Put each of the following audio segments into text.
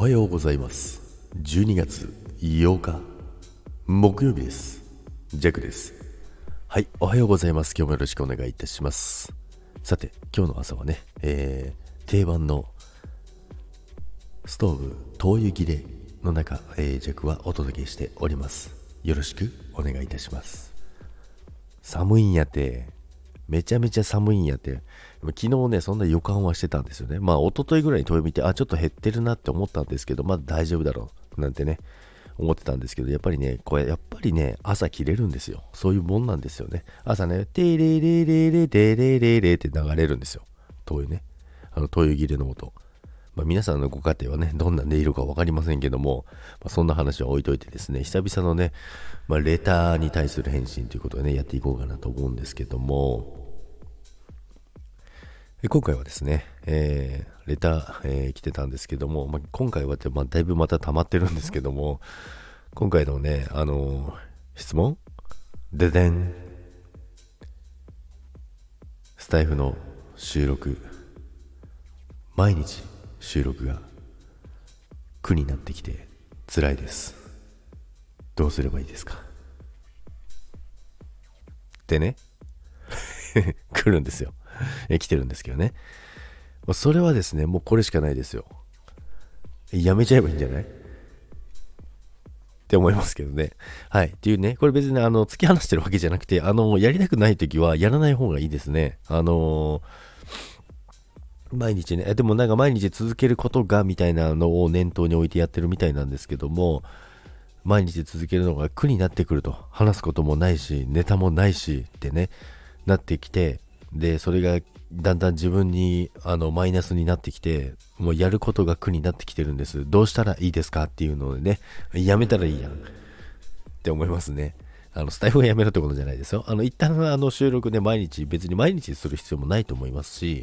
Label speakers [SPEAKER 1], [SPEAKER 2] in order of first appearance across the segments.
[SPEAKER 1] はようございます。12月8日木曜日です。ジャックです。はい、おはようございます。今日もよろしくお願いいたします。さて、今日の朝はね、定番のストーブ灯油切れの中、ジャックはお届けしております。よろしくお願いいたします。寒いんやて、めちゃめちゃ寒いんやて。昨日ね、そんな予感はしてたんですよね。一昨日ぐらいに灯油見て、ちょっと減ってるなって思ったんですけど、大丈夫だろうなんてね、思ってたんですけど、やっぱりね、朝切れるんですよ。そういうもんなんですよね。朝ね、テレレレレテレレレって流れるんですよ。灯油ね。灯油切れの音。皆さんのご家庭はね、どんな音色か分かりませんけども、そんな話は置いといてですね、久々のね、レターに対する返信ということでね、やっていこうかなと思うんですけども、今回はですね、レター、来てたんですけども、今回はだいぶまた溜まってるんですけども、今回のね、質問ででん、スタイフの収録、毎日収録が苦になってきて辛いです。どうすればいいですかってね来るんですよ。来てるんですけどね。それはですね、もうこれしかないですよ。やめちゃえばいいんじゃないって思いますけどね。はい。っていうね、これ別に突き放してるわけじゃなくて、やりたくないときはやらない方がいいですね。毎日ね、でも毎日続けることがみたいなのを念頭に置いてやってるみたいなんですけども、毎日続けるのが苦になってくると、話すこともないし、ネタもないしってね、なってきて、で、それがだんだん自分にマイナスになってきて、もうやることが苦になってきてるんです。どうしたらいいですかっていうのでね、やめたらいいやんって思いますね。スタイフをやめろってことじゃないですよ。一旦収録で別に毎日する必要もないと思いますし、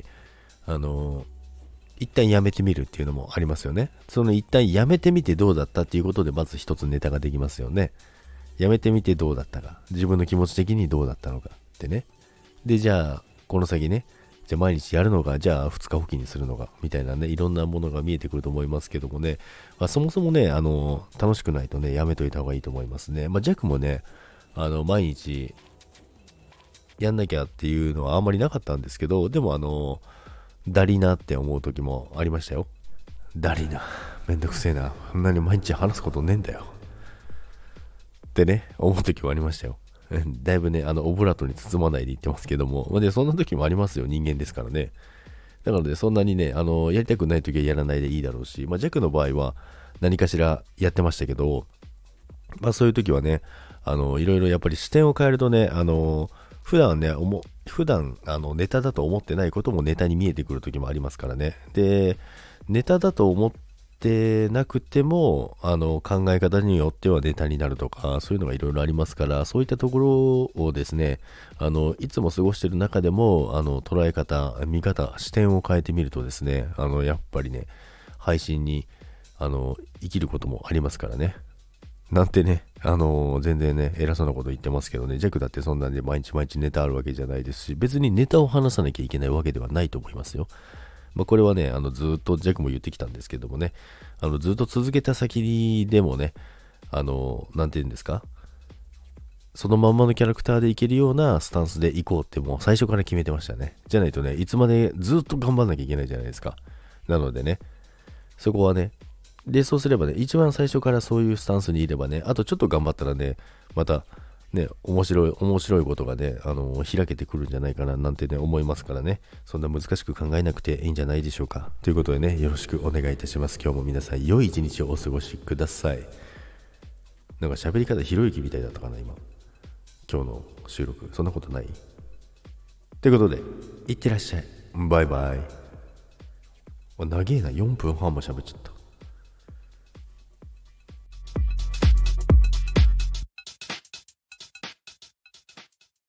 [SPEAKER 1] 一旦やめてみるっていうのもありますよね。その一旦やめてみてどうだったっていうことでまず一つネタができますよね。やめてみてどうだったか、自分の気持ち的にどうだったのかってね。で、じゃあこの先ね、じゃあ毎日やるのか、じゃあ2日おきにするのかみたいなね、いろんなものが見えてくると思いますけどもね、そもそもね、楽しくないとね、やめといた方がいいと思いますね。ジャックもね、毎日やんなきゃっていうのはあんまりなかったんですけど、でもだりなって思う時もありましたよ。だりな、めんどくせえな、そんなに毎日話すことねえんだよってね、思う時もありましたよ。だいぶね、オブラートに包まないで言ってますけども、でそんな時もありますよ、人間ですからね。だからね、そんなにね、やりたくない時はやらないでいいだろうし、ジャックの場合は何かしらやってましたけど、そういう時はね、いろいろやっぱり視点を変えるとね、普段ネタだと思ってないこともネタに見えてくる時もありますからね。で、ネタだと思ってなくても、考え方によってはネタになるとか、そういうのがいろいろありますから、そういったところをですね、いつも過ごしている中でも、捉え方、見方、視点を変えてみるとですね、やっぱりね、配信に、生きることもありますからね。なんてね、全然ね、偉そうなこと言ってますけどね、ジャックだってそんなんで毎日毎日ネタあるわけじゃないですし、別にネタを話さなきゃいけないわけではないと思いますよ。これはね、ずっとジャックも言ってきたんですけどもね、ずっと続けた先でもね、なんて言うんですか、そのまんまのキャラクターでいけるようなスタンスでいこうってもう最初から決めてましたね。じゃないとね、いつまでずっと頑張んなきゃいけないじゃないですか。なのでね、そこはね、で、そうすればね、一番最初からそういうスタンスにいればね、あとちょっと頑張ったらね、また、ね、面白いことがね、開けてくるんじゃないかななんてね、思いますからね、そんな難しく考えなくていいんじゃないでしょうか。ということでね、よろしくお願いいたします。今日も皆さん、良い一日をお過ごしください。なんか喋り方、ひろゆきみたいだったかな、今日の収録。そんなことないということで、いってらっしゃい。バイバイ。長えな、4分半も喋っちゃった。